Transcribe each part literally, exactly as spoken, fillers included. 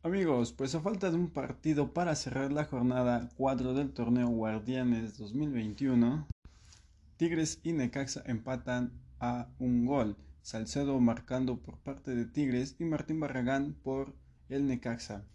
Amigos, pues a falta de un partido para cerrar la jornada cuatro del torneo Guardianes dos mil veintiuno, Tigres y Necaxa empatan a un gol. Salcedo marcando por parte de Tigres y Martín Barragán por el Necaxa.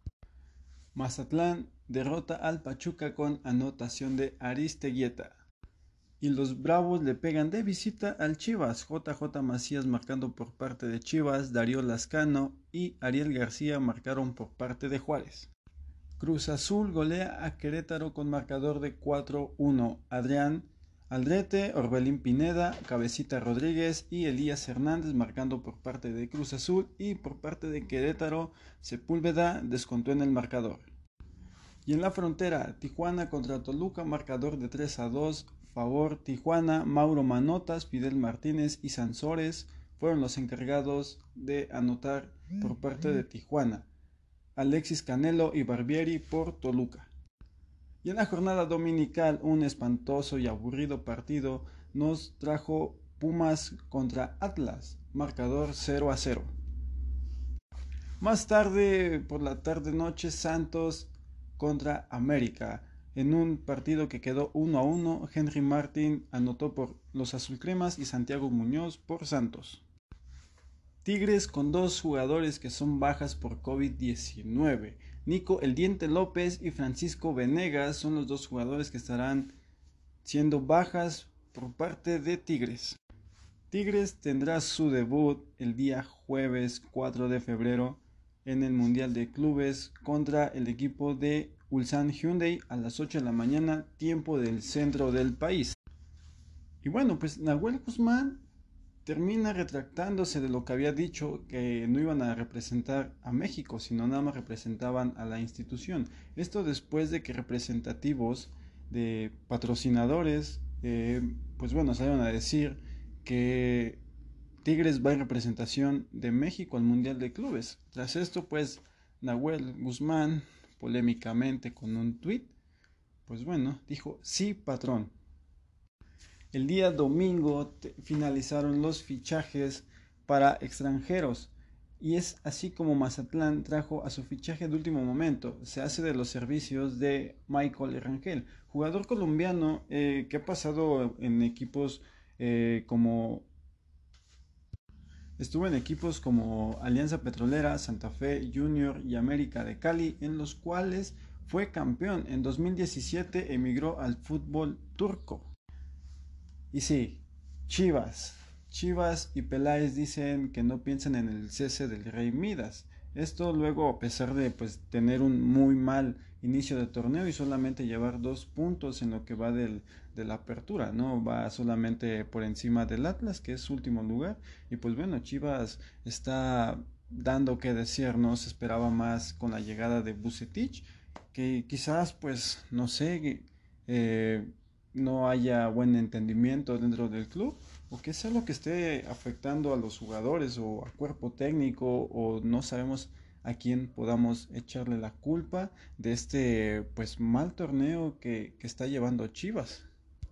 Mazatlán derrota al Pachuca con anotación de Aristeguieta. Y los Bravos le pegan de visita al Chivas. J J Macías marcando por parte de Chivas, Darío Lascano y Ariel García marcaron por parte de Juárez. Cruz Azul golea a Querétaro con marcador de cuatro uno. Adrián Aldrete, Orbelín Pineda, Cabecita Rodríguez y Elías Hernández marcando por parte de Cruz Azul, y por parte de Querétaro, Sepúlveda descontó en el marcador. Y en la frontera, Tijuana contra Toluca, marcador de tres a dos, favor Tijuana. Mauro Manotas, Fidel Martínez y Sansores fueron los encargados de anotar por parte de Tijuana. Alexis Canelo y Barbieri por Toluca. Y en la jornada dominical, un espantoso y aburrido partido nos trajo Pumas contra Atlas, marcador cero a cero. Más tarde, por la tarde-noche, Santos contra América. En un partido que quedó uno a uno, Henry Martin anotó por los azulcremas y Santiago Muñoz por Santos. Tigres con dos jugadores que son bajas por COVID diecinueve. Nico El Diente López y Francisco Venegas son los dos jugadores que estarán siendo bajas por parte de Tigres. Tigres tendrá su debut el día jueves cuatro de febrero en el Mundial de Clubes contra el equipo de Ulsan Hyundai a las ocho de la mañana, tiempo del centro del país. Y bueno, pues Nahuel Guzmán termina retractándose de lo que había dicho, que no iban a representar a México, sino nada más representaban a la institución. Esto después de que representativos de patrocinadores, eh, pues bueno, salieron a decir que Tigres va en representación de México al Mundial de Clubes. Tras esto, pues Nahuel Guzmán, polémicamente con un tuit, pues bueno, dijo: sí, patrón. El día domingo finalizaron los fichajes para extranjeros, y es así como Mazatlán trajo a su fichaje de último momento. Se hace de los servicios de Michael Rangel, jugador colombiano eh, que ha pasado en equipos eh, como Estuvo en equipos como Alianza Petrolera, Santa Fe Junior y América de Cali, en los cuales fue campeón. En dos mil diecisiete emigró al fútbol turco. Y sí, Chivas. Chivas y Peláez dicen que no piensan en el cese del Rey Midas. Esto luego, a pesar de pues tener un muy mal inicio de torneo y solamente llevar dos puntos en lo que va del, de la apertura, ¿no? Va solamente por encima del Atlas, que es su último lugar. Y pues bueno, Chivas está dando que decir, ¿no? Se esperaba más con la llegada de Vucetich, que quizás, pues, no sé, eh, no haya buen entendimiento dentro del club, o que sea lo que esté afectando a los jugadores o a cuerpo técnico, o no sabemos a quién podamos echarle la culpa de este pues mal torneo que, que está llevando Chivas.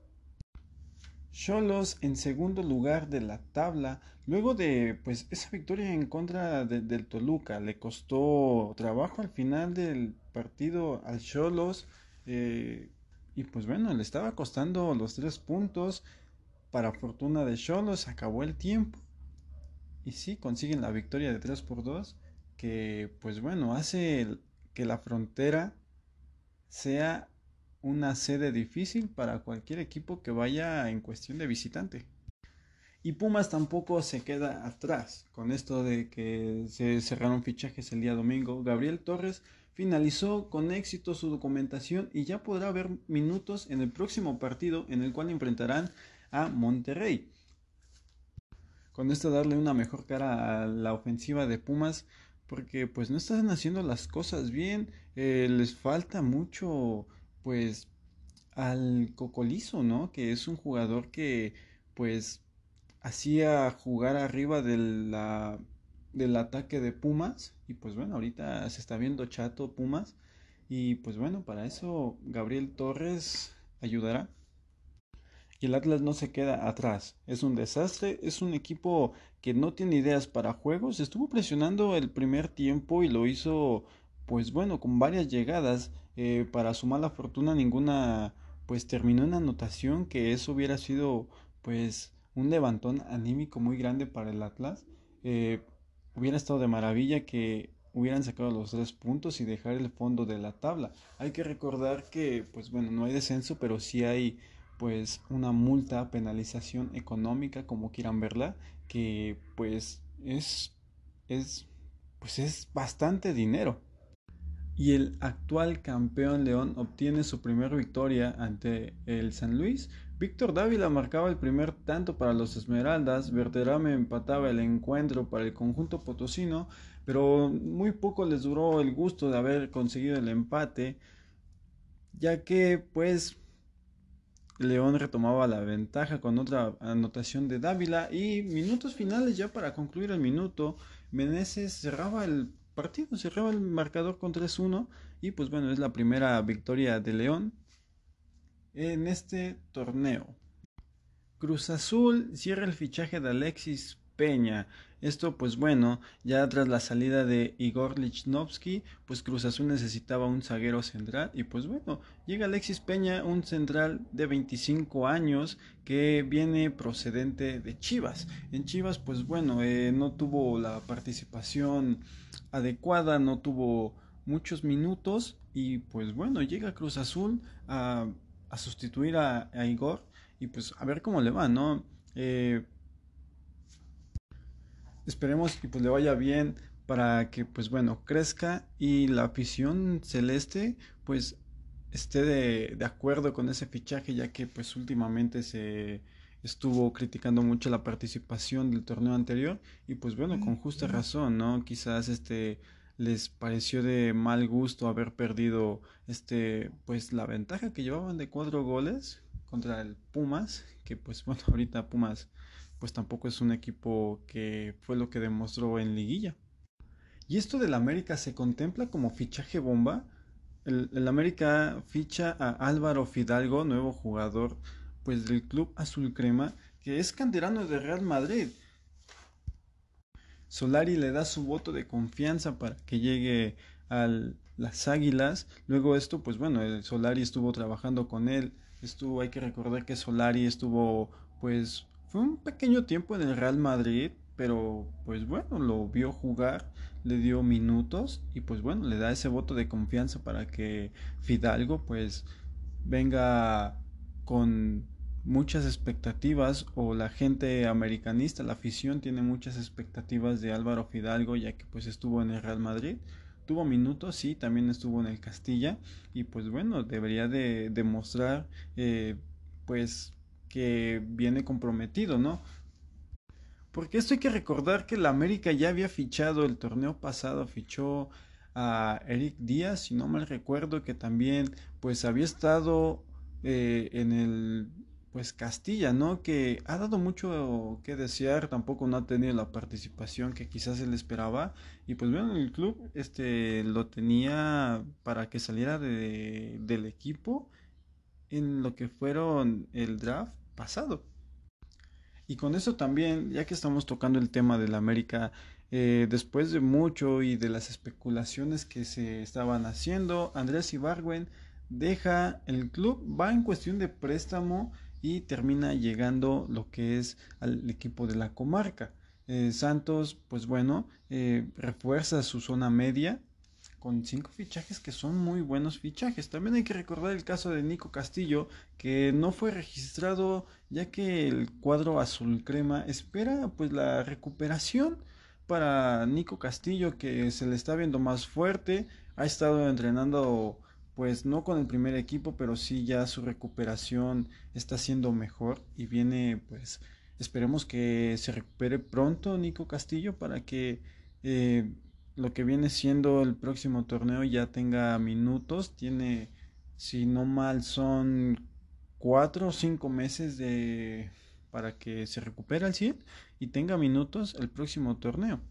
Xolos en segundo lugar de la tabla, luego de pues esa victoria en contra de, del Toluca. Le costó trabajo al final del partido al Xolos, eh, y pues bueno, le estaba costando los tres puntos. Para fortuna de Xolos, acabó el tiempo y sí, consiguen la victoria de tres por dos, que pues bueno, hace el, que la frontera sea una sede difícil para cualquier equipo que vaya en cuestión de visitante. Y Pumas tampoco se queda atrás con esto de que se cerraron fichajes el día domingo. Gabriel Torres finalizó con éxito su documentación y ya podrá haber minutos en el próximo partido, en el cual enfrentarán a Monterrey. Con esto darle una mejor cara a la ofensiva de Pumas, porque pues no están haciendo las cosas bien. Eh, les falta mucho pues al Cocolizo, ¿no? Que es un jugador que pues hacía jugar arriba de la, del ataque de Pumas, y pues bueno, ahorita se está viendo chato Pumas, y pues bueno, para eso Gabriel Torres ayudará. y el Atlas no se queda atrás. Es un desastre, es un equipo que no tiene ideas para juegos. Estuvo presionando el primer tiempo y lo hizo, pues bueno, con varias llegadas. Eh, para su mala fortuna, ninguna, pues terminó en anotación, que eso hubiera sido, pues, un levantón anímico muy grande para el Atlas. Eh, Hubiera estado de maravilla que hubieran sacado los tres puntos y dejar el fondo de la tabla. Hay que recordar que, pues bueno, no hay descenso, pero sí hay pues una multa, penalización económica, como quieran verla, que pues es, es, pues es bastante dinero. Y el actual campeón León obtiene su primera victoria ante el San Luis. Víctor Dávila marcaba el primer tanto para los Esmeraldas, Berterame empataba el encuentro para el conjunto potosino, pero muy poco les duró el gusto de haber conseguido el empate, ya que pues León retomaba la ventaja con otra anotación de Dávila y minutos finales ya para concluir el minuto. Meneses cerraba el partido, cerraba el marcador con tres uno y pues bueno, es la primera victoria de León en este torneo. Cruz Azul cierra el fichaje de Alexis Peña. Esto, pues bueno, ya tras la salida de Igor Lichnowsky, pues Cruz Azul necesitaba un zaguero central. Y pues bueno, llega Alexis Peña, un central de veinticinco años que viene procedente de Chivas. En Chivas, pues bueno, eh, no tuvo la participación adecuada, no tuvo muchos minutos. Y pues bueno, llega Cruz Azul a, a sustituir a, a Igor y pues a ver cómo le va, ¿no? Eh, Esperemos que pues le vaya bien para que pues bueno crezca y la afición celeste pues esté de, de acuerdo con ese fichaje, ya que pues últimamente se estuvo criticando mucho la participación del torneo anterior y pues bueno, con justa razón, ¿no? Quizás este les pareció de mal gusto haber perdido este pues la ventaja que llevaban de cuatro goles contra el Pumas, que pues bueno, ahorita Pumas pues tampoco es un equipo que fue lo que demostró en liguilla. Y esto del América se contempla como fichaje bomba. El, el América ficha a Álvaro Fidalgo, nuevo jugador pues del club azul crema, que es canterano de Real Madrid. Solari le da su voto de confianza para que llegue a las Águilas. Luego esto, pues bueno, el Solari estuvo trabajando con él. Estuvo, hay que recordar que Solari estuvo, pues, fue un pequeño tiempo en el Real Madrid, pero pues bueno, lo vio jugar, le dio minutos y pues bueno, le da ese voto de confianza para que Fidalgo pues venga con muchas expectativas, o la gente americanista, la afición tiene muchas expectativas de Álvaro Fidalgo, ya que pues estuvo en el Real Madrid, tuvo minutos, sí, también estuvo en el Castilla y pues bueno, debería de demostrar eh, pues que viene comprometido, ¿no? Porque esto hay que recordar que la América ya había fichado el torneo pasado, fichó a Eric Díaz, si no mal recuerdo, que también pues había estado eh, en el pues Castilla, ¿no? Que ha dado mucho que desear, tampoco no ha tenido la participación que quizás él esperaba y pues bueno, el club este lo tenía para que saliera de, del equipo en lo que fueron el draft pasado. Y con eso también, ya que estamos tocando el tema del América, eh, después de mucho y de las especulaciones que se estaban haciendo, Andrés Ibargüen deja el club, va en cuestión de préstamo y termina llegando lo que es al equipo de la comarca. Eh, Santos, pues bueno, eh, refuerza su zona media con cinco fichajes que son muy buenos fichajes. También hay que recordar el caso de Nico Castillo, que no fue registrado ya que el cuadro azul crema espera pues la recuperación para Nico Castillo, que se le está viendo más fuerte, ha estado entrenando pues no con el primer equipo, pero sí ya su recuperación está siendo mejor y viene pues esperemos que se recupere pronto Nico Castillo para que eh, lo que viene siendo el próximo torneo ya tenga minutos. Tiene, si no mal, son cuatro o cinco meses de para que se recupere al cien y tenga minutos el próximo torneo.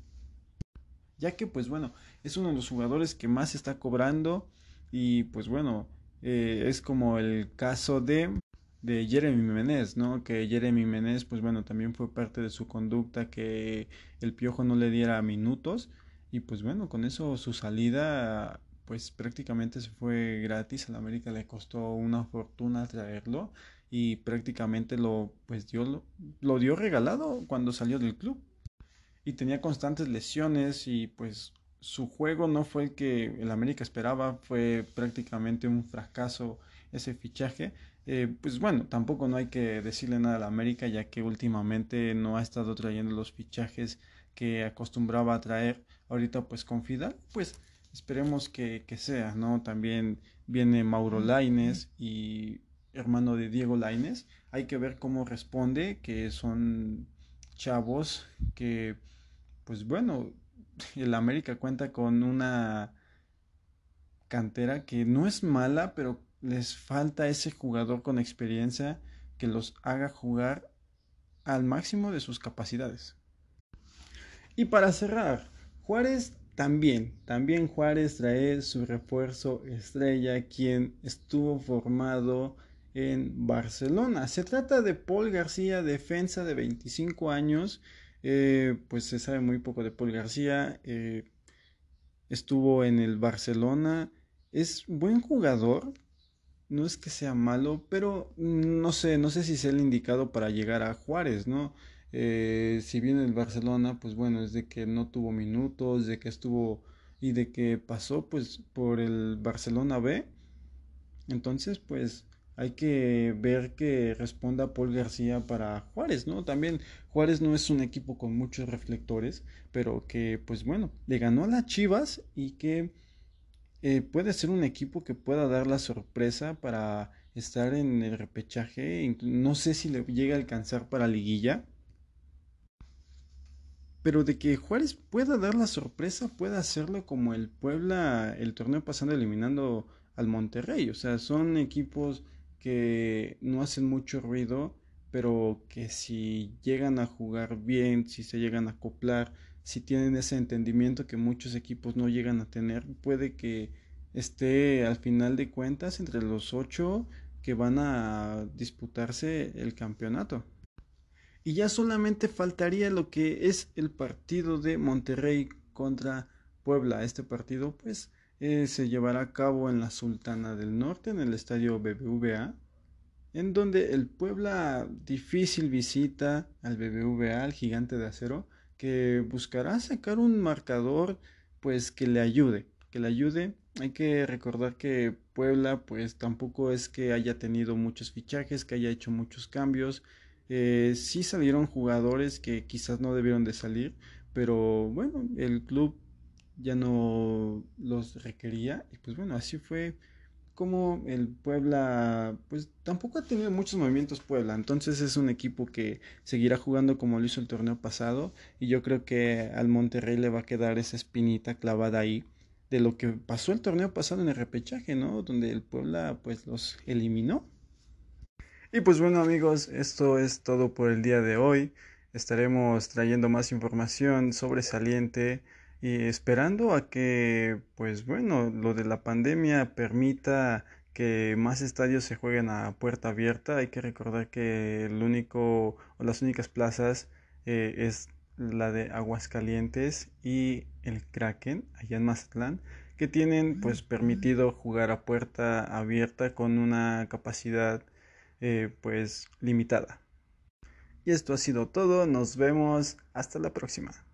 Ya que, pues bueno, es uno de los jugadores que más está cobrando y pues bueno, eh, es como el caso de de Jeremy Menez, ¿no? Que Jeremy Menez, pues bueno, también fue parte de su conducta que el Piojo no le diera minutos y pues bueno, con eso su salida pues prácticamente se fue gratis. Al América le costó una fortuna traerlo y prácticamente lo pues dio lo, lo dio regalado cuando salió del club y tenía constantes lesiones y pues su juego no fue el que el América esperaba, fue prácticamente un fracaso ese fichaje. Eh, pues bueno, tampoco no hay que decirle nada al América ya que últimamente no ha estado trayendo los fichajes que acostumbraba a traer. Ahorita pues con Fidal, pues esperemos que, que sea, ¿no? También viene Mauro Lainez y hermano de Diego Lainez. Hay que ver cómo responde, que son chavos que pues bueno, el América cuenta con una cantera que no es mala, pero les falta ese jugador con experiencia que los haga jugar al máximo de sus capacidades. Y para cerrar, Juárez también, también Juárez trae su refuerzo estrella, quien estuvo formado en Barcelona. Se trata de Paul García, defensa de veinticinco años. Eh, pues se sabe muy poco de Paul García. Eh, estuvo en el Barcelona. Es buen jugador. No es que sea malo, pero no sé, no sé si es el indicado para llegar a Juárez, ¿no? Eh, si bien el Barcelona, pues bueno, es de que no tuvo minutos, de que estuvo y de que pasó pues por el Barcelona B. Entonces, pues hay que ver que responda Paul García para Juárez, ¿no? También Juárez no es un equipo con muchos reflectores, pero que pues bueno, le ganó a las Chivas y que eh, puede ser un equipo que pueda dar la sorpresa para estar en el repechaje. No sé si le llega a alcanzar para liguilla, pero de que Juárez pueda dar la sorpresa, puede hacerlo como el Puebla el torneo pasado eliminando al Monterrey. O sea, son equipos que no hacen mucho ruido, pero que si llegan a jugar bien, si se llegan a acoplar, si tienen ese entendimiento que muchos equipos no llegan a tener, puede que esté al final de cuentas entre los ocho que van a disputarse el campeonato. Y ya solamente faltaría lo que es el partido de Monterrey contra Puebla. Este partido pues eh, se llevará a cabo en la Sultana del Norte, en el estadio B B V A, en donde el Puebla difícil visita al B B V A, al Gigante de Acero, que buscará sacar un marcador pues que le ayude, que le ayude. Hay que recordar que Puebla pues tampoco es que haya tenido muchos fichajes, que haya hecho muchos cambios. Eh, sí salieron jugadores que quizás no debieron de salir, pero bueno, el club ya no los requería y pues bueno, así fue como el Puebla, pues tampoco ha tenido muchos movimientos Puebla, entonces es un equipo que seguirá jugando como lo hizo el torneo pasado y yo creo que al Monterrey le va a quedar esa espinita clavada ahí de lo que pasó el torneo pasado en el repechaje, ¿no? Donde el Puebla pues los eliminó. Y pues bueno amigos, esto es todo por el día de hoy. Estaremos trayendo más información sobresaliente y esperando a que, pues bueno, lo de la pandemia permita que más estadios se jueguen a puerta abierta. Hay que recordar que el único o las únicas plazas eh, es la de Aguascalientes y el Kraken allá en Mazatlán, que tienen pues permitido jugar a puerta abierta con una capacidad eh, pues limitada. Y esto ha sido todo, nos vemos hasta la próxima.